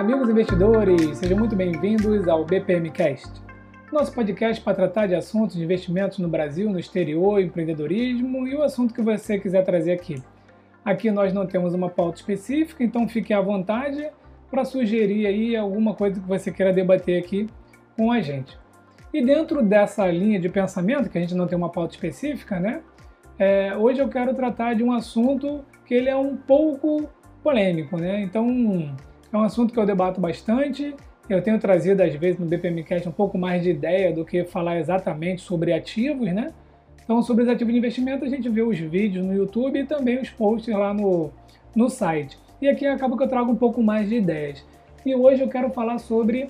Amigos investidores, sejam muito bem-vindos ao BPMcast, nosso podcast para tratar de assuntos de investimentos no Brasil, no exterior, empreendedorismo e o assunto que você quiser trazer aqui. Aqui nós não temos uma pauta específica, então fique à vontade para sugerir aí alguma coisa que você queira debater aqui com a gente. E dentro dessa linha de pensamento, que a gente não tem uma pauta específica, né? Hoje eu quero tratar de um assunto que ele é um pouco polêmico, né? Então, é um assunto que eu debato bastante. Eu tenho trazido, às vezes, no BPMcast um pouco mais de ideia do que falar exatamente sobre ativos, né? Então, sobre os ativos de investimento, a gente vê os vídeos no YouTube e também os posts lá no site. E aqui acaba que eu trago um pouco mais de ideias. E hoje eu quero falar sobre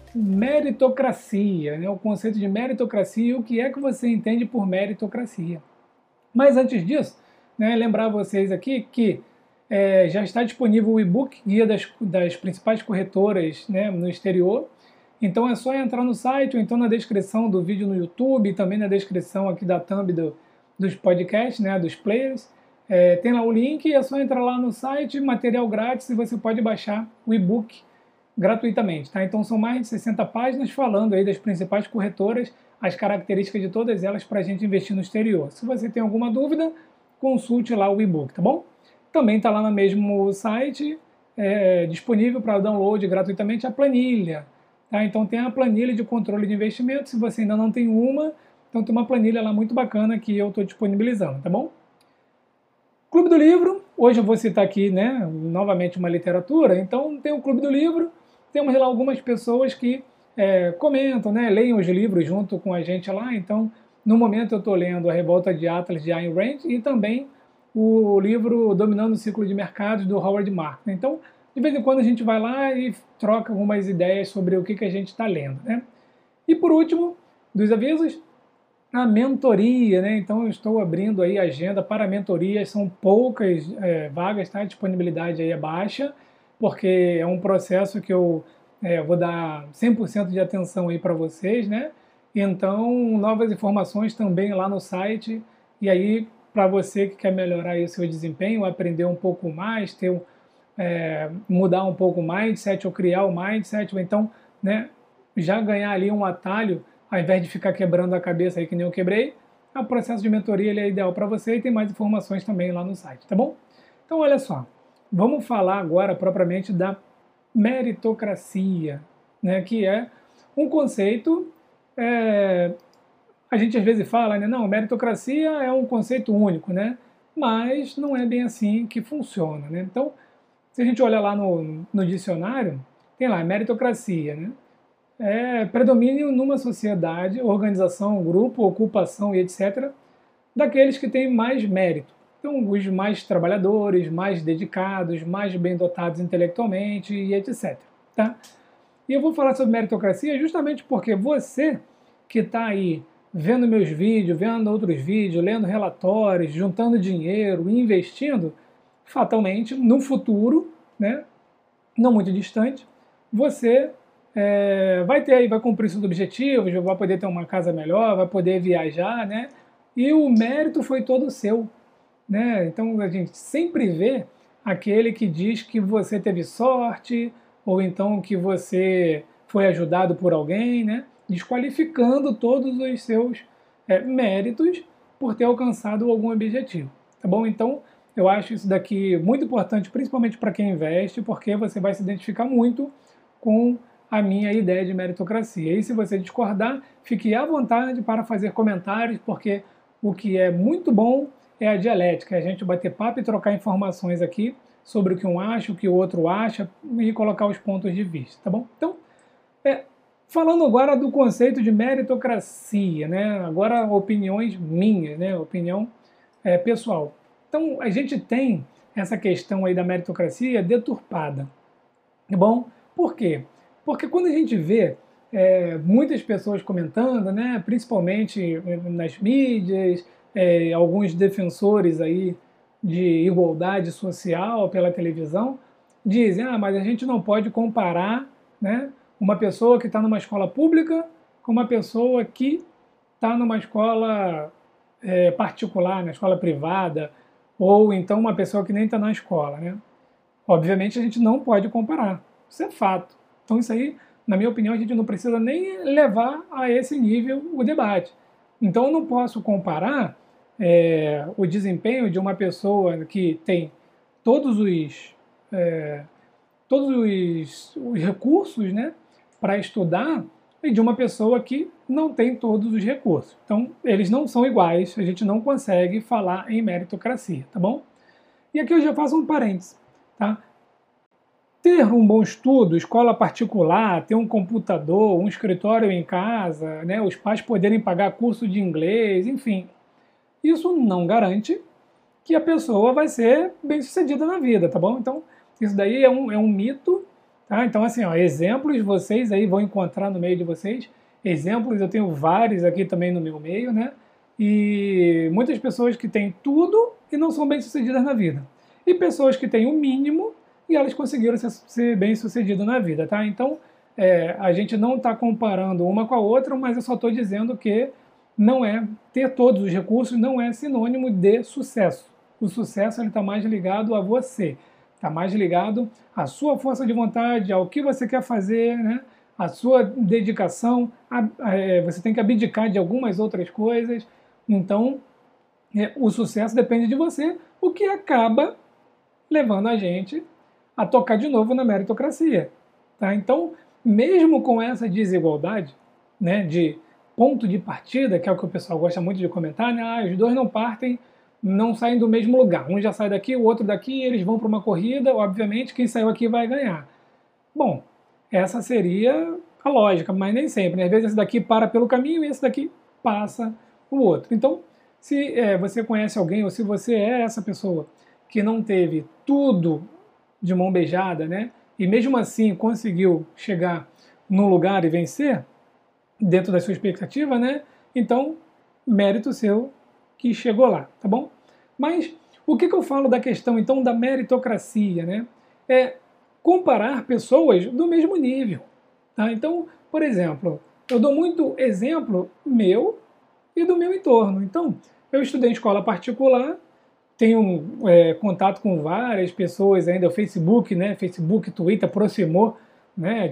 meritocracia, né? O conceito de meritocracia e o que é que você entende por meritocracia. Mas antes disso, né, lembrar vocês aqui que já está disponível o e-book Guia das principais corretoras, né, no exterior. Então é só entrar no site ou então na descrição do vídeo no YouTube, também na descrição aqui da thumb dos podcasts, né, dos players. Tem lá o link, é só entrar lá no site, material grátis, e você pode baixar o e-book gratuitamente. Tá? Então são mais de 60 páginas falando aí das principais corretoras, as características de todas elas para a gente investir no exterior. Se você tem alguma dúvida, consulte lá o e-book, tá bom? Também está lá no mesmo site, disponível para download gratuitamente a planilha. Tá? Então tem a planilha de controle de investimento, se você ainda não tem uma, então tem uma planilha lá muito bacana que eu estou disponibilizando, tá bom? Clube do Livro, hoje eu vou citar aqui, né, novamente uma literatura, então tem o Clube do Livro, temos lá algumas pessoas que comentam, né, leem os livros junto com a gente lá, então no momento eu estou lendo A Revolta de Atlas de Ayn Rand e também o livro Dominando o Ciclo de Mercados, do Howard Marks. Então, de vez em quando a gente vai lá e troca algumas ideias sobre o que a gente está lendo, né? E por último, dos avisos, a mentoria, né? Então eu estou abrindo aí a agenda para mentorias, são poucas vagas, tá? A disponibilidade aí é baixa, porque é um processo que eu vou dar 100% de atenção aí para vocês, né? Então, novas informações também lá no site, e aí para você que quer melhorar o seu desempenho, aprender um pouco mais, mudar um pouco o mindset, ou criar o mindset, ou então, né, já ganhar ali um atalho, ao invés de ficar quebrando a cabeça aí que nem eu quebrei, o processo de mentoria ele é ideal para você e tem mais informações também lá no site, tá bom? Então, olha só, vamos falar agora propriamente da meritocracia, né, que é um conceito... A gente às vezes fala, né, não, meritocracia é um conceito único, né? Mas não é bem assim que funciona, né? Então, se a gente olhar lá no dicionário, tem lá, meritocracia, né? Predomínio numa sociedade, organização, grupo, ocupação e etc., daqueles que têm mais mérito. Então, os mais trabalhadores, mais dedicados, mais bem dotados intelectualmente e etc. Tá? E eu vou falar sobre meritocracia justamente porque você que está aí vendo meus vídeos, vendo outros vídeos, lendo relatórios, juntando dinheiro, investindo, fatalmente, no futuro, né, não muito distante, você vai cumprir seus objetivos, vai poder ter uma casa melhor, vai poder viajar, né, e o mérito foi todo seu. Né? Então a gente sempre vê aquele que diz que você teve sorte, ou então que você foi ajudado por alguém, né? Desqualificando todos os seus méritos por ter alcançado algum objetivo, tá bom? Então, eu acho isso daqui muito importante, principalmente para quem investe, porque você vai se identificar muito com a minha ideia de meritocracia. E se você discordar, fique à vontade para fazer comentários, porque o que é muito bom é a dialética, é a gente bater papo e trocar informações aqui sobre o que um acha, o que o outro acha e colocar os pontos de vista, tá bom? Então, falando agora do conceito de meritocracia, né? Agora opiniões minhas, né? Opinião pessoal. Então a gente tem essa questão aí da meritocracia deturpada, tá bom? Por quê? Porque quando a gente vê muitas pessoas comentando, né? Principalmente nas mídias, alguns defensores aí de igualdade social pela televisão dizem, mas a gente não pode comparar, né? Uma pessoa que está numa escola pública com uma pessoa que está numa escola particular, na escola privada, ou então uma pessoa que nem está na escola, né? Obviamente a gente não pode comparar, Isso é fato. Então isso aí, na minha opinião, a gente não precisa nem levar a esse nível o debate. Então eu não posso comparar o desempenho de uma pessoa que tem todos os recursos, né, para estudar e de uma pessoa que não tem todos os recursos. Então, eles não são iguais, a gente não consegue falar em meritocracia, tá bom? E aqui eu já faço um parênteses, tá? Ter um bom estudo, escola particular, ter um computador, um escritório em casa, né, os pais poderem pagar curso de inglês, enfim, isso não garante que a pessoa vai ser bem-sucedida na vida, tá bom? Então, isso daí é um mito, tá? Então, assim, ó, exemplos vocês aí vão encontrar no meio de vocês. Exemplos eu tenho vários aqui também no meu meio, né? E muitas pessoas que têm tudo e não são bem-sucedidas na vida. E pessoas que têm o mínimo e elas conseguiram ser bem-sucedidas na vida, tá? Então, a gente não está comparando uma com a outra, mas eu só estou dizendo que não é ter todos os recursos não é sinônimo de sucesso. O sucesso está mais ligado a você, está mais ligado à sua força de vontade, ao que você quer fazer, né? A sua dedicação. Você tem que abdicar de algumas outras coisas. Então, o sucesso depende de você, o que acaba levando a gente a tocar de novo na meritocracia. Tá? Então, mesmo com essa desigualdade, né, de ponto de partida, que é o que o pessoal gosta muito de comentar, né? Os dois não partem, não saem do mesmo lugar. Um já sai daqui, o outro daqui, e eles vão para uma corrida, obviamente, quem saiu aqui vai ganhar. Bom, essa seria a lógica, mas nem sempre. Né? Às vezes esse daqui para pelo caminho e esse daqui passa o outro. Então, se você conhece alguém ou se você é essa pessoa que não teve tudo de mão beijada, né? E mesmo assim conseguiu chegar num lugar e vencer, dentro da sua expectativa, né? Então, mérito seu que chegou lá, tá bom? Mas o que eu falo da questão, então, da meritocracia, né? É comparar pessoas do mesmo nível, tá? Então, por exemplo, eu dou muito exemplo meu e do meu entorno. Então, eu estudei em escola particular, tenho contato com várias pessoas ainda, o Facebook, né? Facebook, Twitter aproximou, né?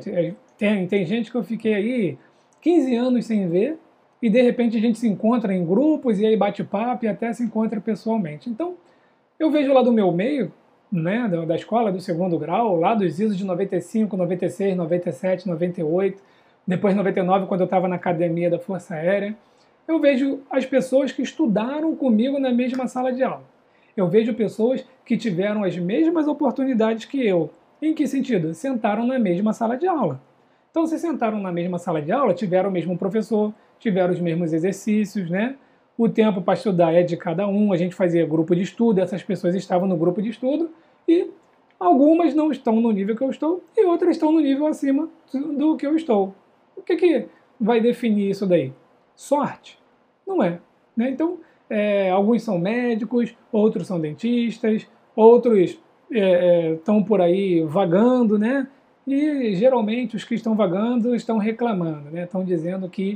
Tem gente que eu fiquei aí 15 anos sem ver, e de repente a gente se encontra em grupos, e aí bate papo, e até se encontra pessoalmente. Então, eu vejo lá do meu meio, né, da escola do segundo grau, lá dos idos de 95, 96, 97, 98, depois 99, quando eu estava na academia da Força Aérea, eu vejo as pessoas que estudaram comigo na mesma sala de aula. Eu vejo pessoas que tiveram as mesmas oportunidades que eu. Em que sentido? Sentaram na mesma sala de aula. Então, se sentaram na mesma sala de aula, tiveram o mesmo professor, tiveram os mesmos exercícios, né? O tempo para estudar é de cada um, a gente fazia grupo de estudo, essas pessoas estavam no grupo de estudo e algumas não estão no nível que eu estou e outras estão no nível acima do que eu estou. O que vai definir isso daí? Sorte? Não é. Né? Então, alguns são médicos, outros são dentistas, outros estão por aí vagando, né? E geralmente os que estão vagando estão reclamando, né? Estão dizendo que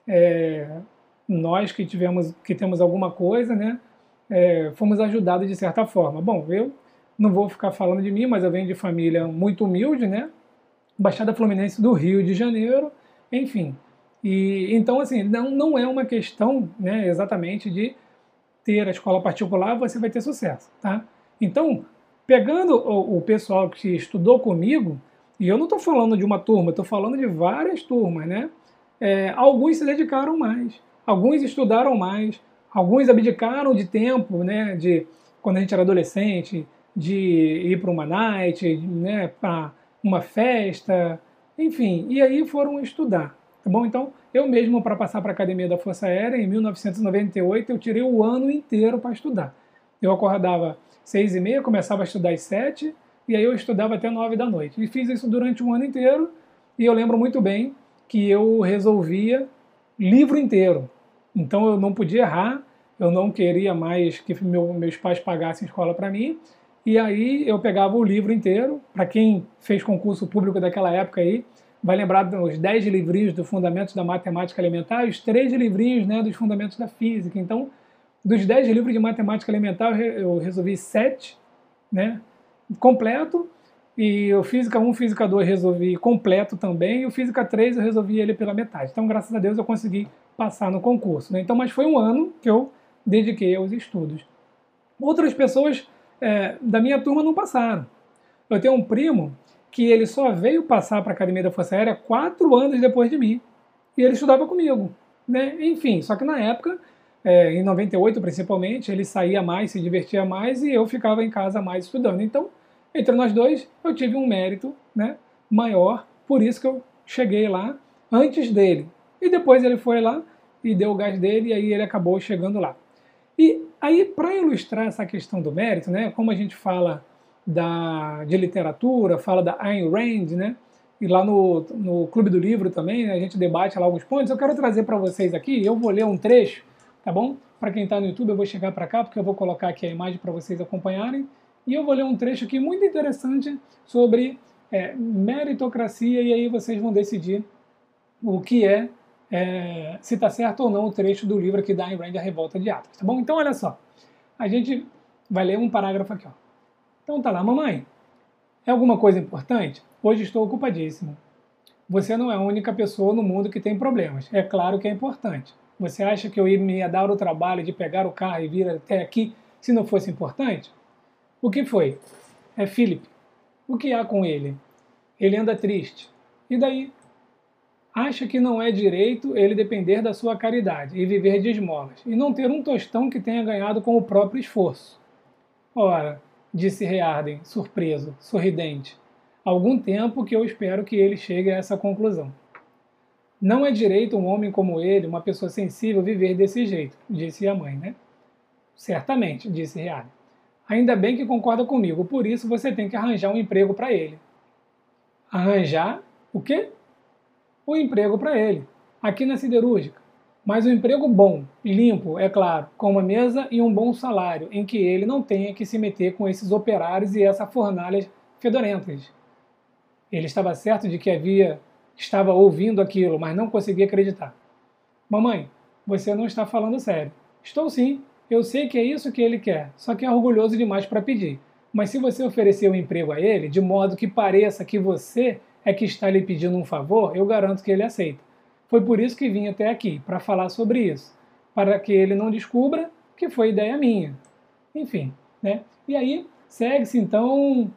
nós que temos alguma coisa, né? Fomos ajudados de certa forma. Bom, eu não vou ficar falando de mim, mas eu venho de família muito humilde, né? Baixada Fluminense do Rio de Janeiro, enfim. E então, assim, não é uma questão, né, exatamente de ter a escola particular, você vai ter sucesso, tá? Então, pegando o pessoal que estudou comigo, e eu não estou falando de uma turma, estou falando de várias turmas, né? Alguns se dedicaram mais, alguns estudaram mais, alguns abdicaram de tempo, né? De quando a gente era adolescente, de ir para uma night, né? Para uma festa, enfim, e aí foram estudar. Tá bom? Então, eu mesmo, para passar para a Academia da Força Aérea, em 1998, eu tirei o ano inteiro para estudar. Eu acordava 6h30, começava a estudar às 7h, e aí eu estudava até 9 da noite. E fiz isso durante um ano inteiro, e eu lembro muito bem que eu resolvia livro inteiro. Então, eu não podia errar, eu não queria mais que meus pais pagassem escola para mim, e aí eu pegava o livro inteiro. Para quem fez concurso público daquela época aí, vai lembrar dos 10 livrinhos do Fundamentos da Matemática Elementar e os 3 livrinhos, né, dos Fundamentos da Física. Então, dos 10 livros de Matemática Elementar, eu resolvi 7, né, completo, E o Física 1, Física 2 resolvi completo também, e o Física 3 eu resolvi ele pela metade. Então, graças a Deus, eu consegui passar no concurso, né? Então, mas foi um ano que eu dediquei aos estudos. Outras pessoas da minha turma não passaram. Eu tenho um primo que ele só veio passar para a Academia da Força Aérea 4 anos depois de mim. E ele estudava comigo, né? Enfim, só que na época, em 98 principalmente, ele saía mais, se divertia mais e eu ficava em casa mais estudando. Então, entre nós dois, eu tive um mérito, né, maior, por isso que eu cheguei lá antes dele. E depois ele foi lá e deu o gás dele e aí ele acabou chegando lá. E aí, para ilustrar essa questão do mérito, né, como a gente fala de literatura, fala da Ayn Rand, né, e lá no Clube do Livro também, né, a gente debate lá alguns pontos, eu quero trazer para vocês aqui, eu vou ler um trecho, tá bom? Para quem está no YouTube, eu vou chegar para cá, porque eu vou colocar aqui a imagem para vocês acompanharem, e eu vou ler um trecho aqui muito interessante sobre meritocracia, e aí vocês vão decidir o que se está certo ou não o trecho do livro aqui da Ayn Rand, A Revolta de Atlas, tá bom? Então, olha só, a gente vai ler um parágrafo aqui, ó. Então tá lá, mamãe, é alguma coisa importante? Hoje estou ocupadíssimo. Você não é a única pessoa no mundo que tem problemas. É claro que é importante. Você acha que eu me ia dar o trabalho de pegar o carro e vir até aqui se não fosse importante? O que foi? É Philip. O que há com ele? Ele anda triste. E daí? Acha que não é direito ele depender da sua caridade e viver de esmolas, e não ter um tostão que tenha ganhado com o próprio esforço. Ora, disse Rearden, surpreso, sorridente, há algum tempo que eu espero que ele chegue a essa conclusão. Não é direito um homem como ele, uma pessoa sensível, viver desse jeito, disse a mãe, né? Certamente, disse Rearden. Ainda bem que concorda comigo, por isso você tem que arranjar um emprego para ele. Arranjar o quê? O emprego para ele, aqui na siderúrgica. Mas um emprego bom, limpo, é claro, com uma mesa e um bom salário, em que ele não tenha que se meter com esses operários e essas fornalhas fedorentas. Ele estava certo de que estava ouvindo aquilo, mas não conseguia acreditar. Mamãe, você não está falando sério. Estou sim, eu sei que é isso que ele quer, só que é orgulhoso demais para pedir. Mas se você oferecer um emprego a ele, de modo que pareça que você é que está lhe pedindo um favor, eu garanto que ele aceita. Foi por isso que vim até aqui, para falar sobre isso, para que ele não descubra que foi ideia minha. Enfim, né? E aí segue-se então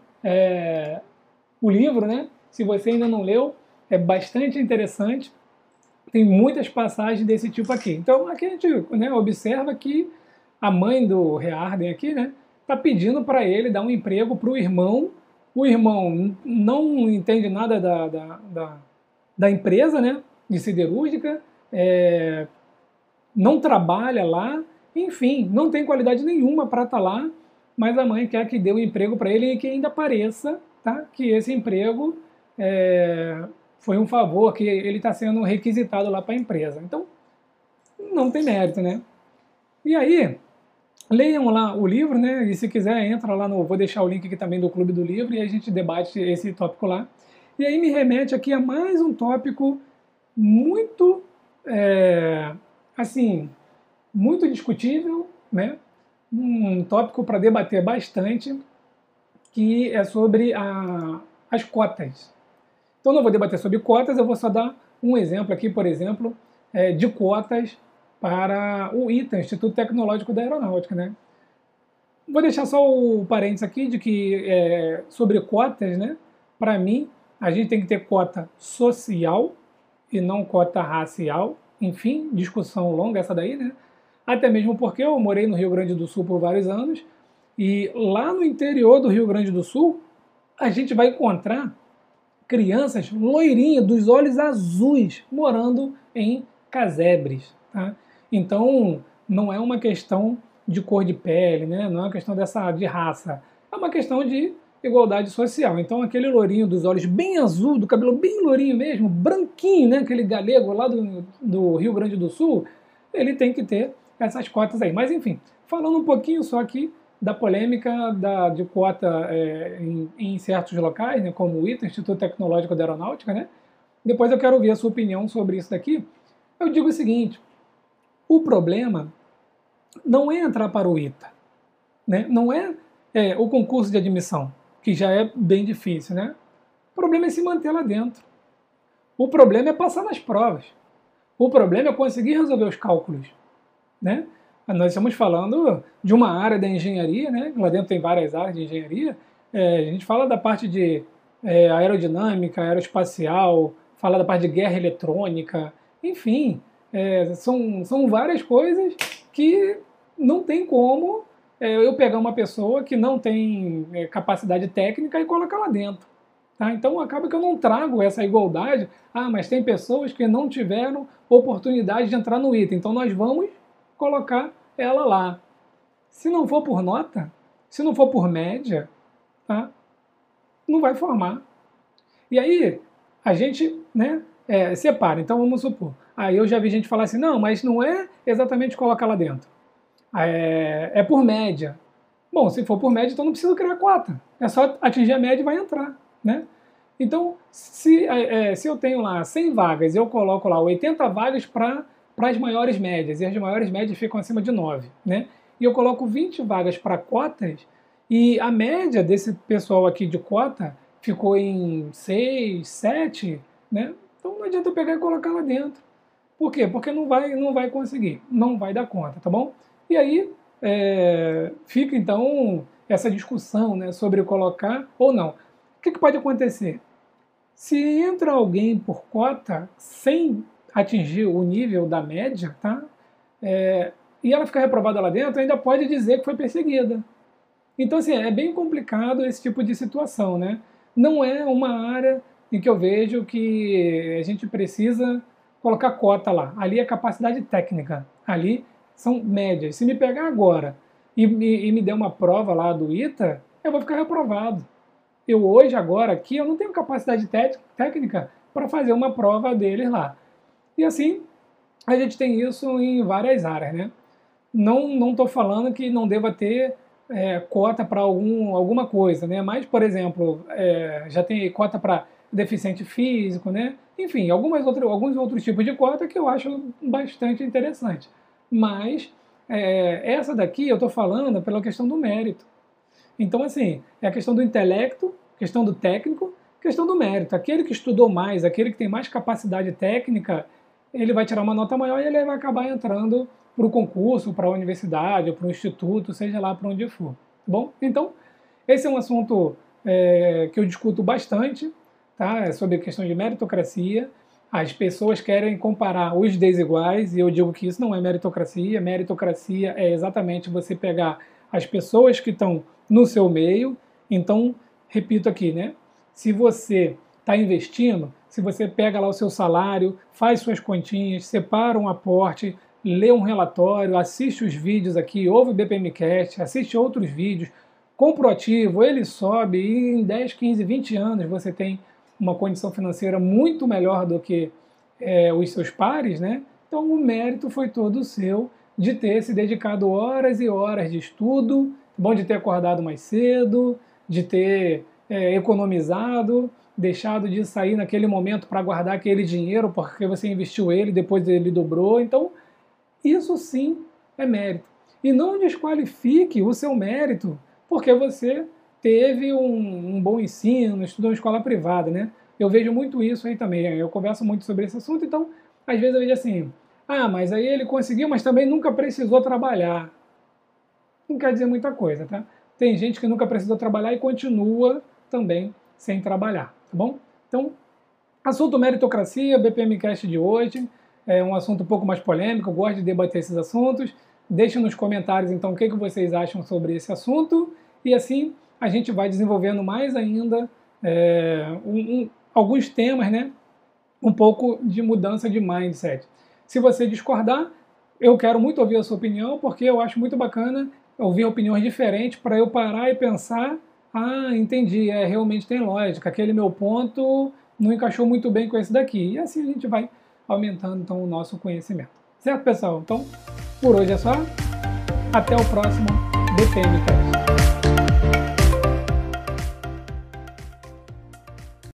o livro, né? Se você ainda não leu, é bastante interessante. Tem muitas passagens desse tipo aqui. Então aqui a gente, né, observa que a mãe do Rearden aqui, né, está pedindo para ele dar um emprego para o irmão. O irmão não entende nada da empresa, né, de siderúrgica, não trabalha lá, enfim, não tem qualidade nenhuma para estar lá, mas a mãe quer que dê um emprego para ele e que ainda pareça, tá, que esse emprego foi um favor, que ele está sendo requisitado lá para a empresa. Então, não tem mérito, né? E aí, leiam lá o livro, né? E se quiser, entra lá no... Vou deixar o link aqui também do Clube do Livro e a gente debate esse tópico lá. E aí me remete aqui a mais um tópico muito, assim, muito discutível, né? Um tópico para debater bastante, que é sobre as cotas. Então não vou debater sobre cotas, eu vou só dar um exemplo aqui, por exemplo, de cotas para o ITA, Instituto Tecnológico da Aeronáutica, né? Vou deixar só o parênteses aqui de que sobre cotas, né? Para mim, a gente tem que ter cota social e não cota racial. Enfim, discussão longa essa daí, né? Até mesmo porque eu morei no Rio Grande do Sul por vários anos e lá no interior do Rio Grande do Sul a gente vai encontrar crianças loirinhas, dos olhos azuis, morando em casebres, tá? Então, não é uma questão de cor de pele, né? Não é uma questão de raça, é uma questão de igualdade social. Então, aquele lourinho dos olhos bem azul, do cabelo bem lourinho mesmo, branquinho, né? Aquele galego lá do Rio Grande do Sul, ele tem que ter essas cotas aí. Mas, enfim, falando um pouquinho só aqui da polêmica de cota em certos locais, né, como o ITA, Instituto Tecnológico da Aeronáutica, né? Depois eu quero ouvir a sua opinião sobre isso daqui. Eu digo o seguinte, o problema não é entrar para o ITA, né? Não é o concurso de admissão. que já é bem difícil, né? O problema é se manter lá dentro. O problema é passar nas provas. O problema é conseguir resolver os cálculos, né? Nós estamos falando de uma área da engenharia, né? Lá dentro tem várias áreas de engenharia. A gente fala da parte de aerodinâmica, aeroespacial, fala da parte de guerra eletrônica, enfim, são várias coisas que não tem como eu pegar uma pessoa que não tem capacidade técnica e colocar lá dentro. Tá? Então acaba que eu não trago essa igualdade. Mas tem pessoas que não tiveram oportunidade de entrar no ITA, então nós vamos colocar ela lá. Se não for por nota, se não for por média, tá? Não vai formar. E aí a gente, né, separa. Então vamos supor. Aí eu já vi gente falar assim, não, mas não é exatamente colocar lá dentro. É por média. Bom, se for por média, então não precisa criar cota. É só atingir a média e vai entrar, né? Então, se eu tenho lá 100 vagas, eu coloco lá 80 vagas para as maiores médias, e as maiores médias ficam acima de 9, né? E eu coloco 20 vagas para cotas, e a média desse pessoal aqui de cota ficou em 6, 7, né? Então não adianta eu pegar e colocar lá dentro. Por quê? Porque não vai conseguir, não vai dar conta, tá bom? E aí fica então essa discussão, né, sobre colocar ou não. O que pode acontecer? Se entra alguém por cota sem atingir o nível da média, tá? E ela ficar reprovada lá dentro, ainda pode dizer que foi perseguida. Então, assim, é bem complicado esse tipo de situação, né? Não é uma área em que eu vejo que a gente precisa colocar cota lá. Ali é capacidade técnica. Ali são médias. Se me pegar agora e me der uma prova lá do ITA, eu vou ficar reprovado. Eu hoje, agora, aqui, eu não tenho capacidade técnica para fazer uma prova deles lá. E assim, a gente tem isso em várias áreas, né? Não estou falando que não deva ter cota para alguma coisa, né? Mas, por exemplo, já tem cota para deficiente físico, né? Enfim, alguns outros tipos de cota que eu acho bastante interessante. Mas essa daqui eu estou falando pela questão do mérito. Então, assim, é a questão do intelecto, questão do técnico, questão do mérito. Aquele que estudou mais, aquele que tem mais capacidade técnica, ele vai tirar uma nota maior e ele vai acabar entrando para o concurso, para a universidade, para o instituto, seja lá para onde for. Tá bom? Então, esse é um assunto que eu discuto bastante, tá? Sobre a questão de meritocracia. As pessoas querem comparar os desiguais, e eu digo que isso não é meritocracia. Meritocracia é exatamente você pegar as pessoas que estão no seu meio. Então, repito aqui, né? Se você está investindo, se você pega lá o seu salário, faz suas continhas, separa um aporte, lê um relatório, assiste os vídeos aqui, ouve o BPMcast, assiste outros vídeos, compra o ativo, ele sobe e em 10, 15, 20 anos você tem uma condição financeira muito melhor do que os seus pares, né? Então o mérito foi todo seu de ter se dedicado horas e horas de estudo, bom de ter acordado mais cedo, de ter economizado, deixado de sair naquele momento para guardar aquele dinheiro porque você investiu ele, depois ele dobrou. Então, isso sim é mérito. E não desqualifique o seu mérito porque você teve um bom ensino, estudou em escola privada, né? Eu vejo muito isso aí também, eu converso muito sobre esse assunto, então, às vezes eu vejo assim, mas aí ele conseguiu, mas também nunca precisou trabalhar. Não quer dizer muita coisa, tá? Tem gente que nunca precisou trabalhar e continua também sem trabalhar, tá bom? Então, assunto meritocracia, BPMcast de hoje, é um assunto um pouco mais polêmico, eu gosto de debater esses assuntos. Deixem nos comentários, então, o que vocês acham sobre esse assunto, e assim a gente vai desenvolvendo mais ainda alguns temas, né? Um pouco de mudança de mindset. Se você discordar, eu quero muito ouvir a sua opinião, porque eu acho muito bacana ouvir opiniões diferentes para eu parar e pensar, entendi, realmente tem lógica, aquele meu ponto não encaixou muito bem com esse daqui. E assim a gente vai aumentando então o nosso conhecimento. Certo, pessoal? Então, por hoje é só. Até o próximo BPMcast.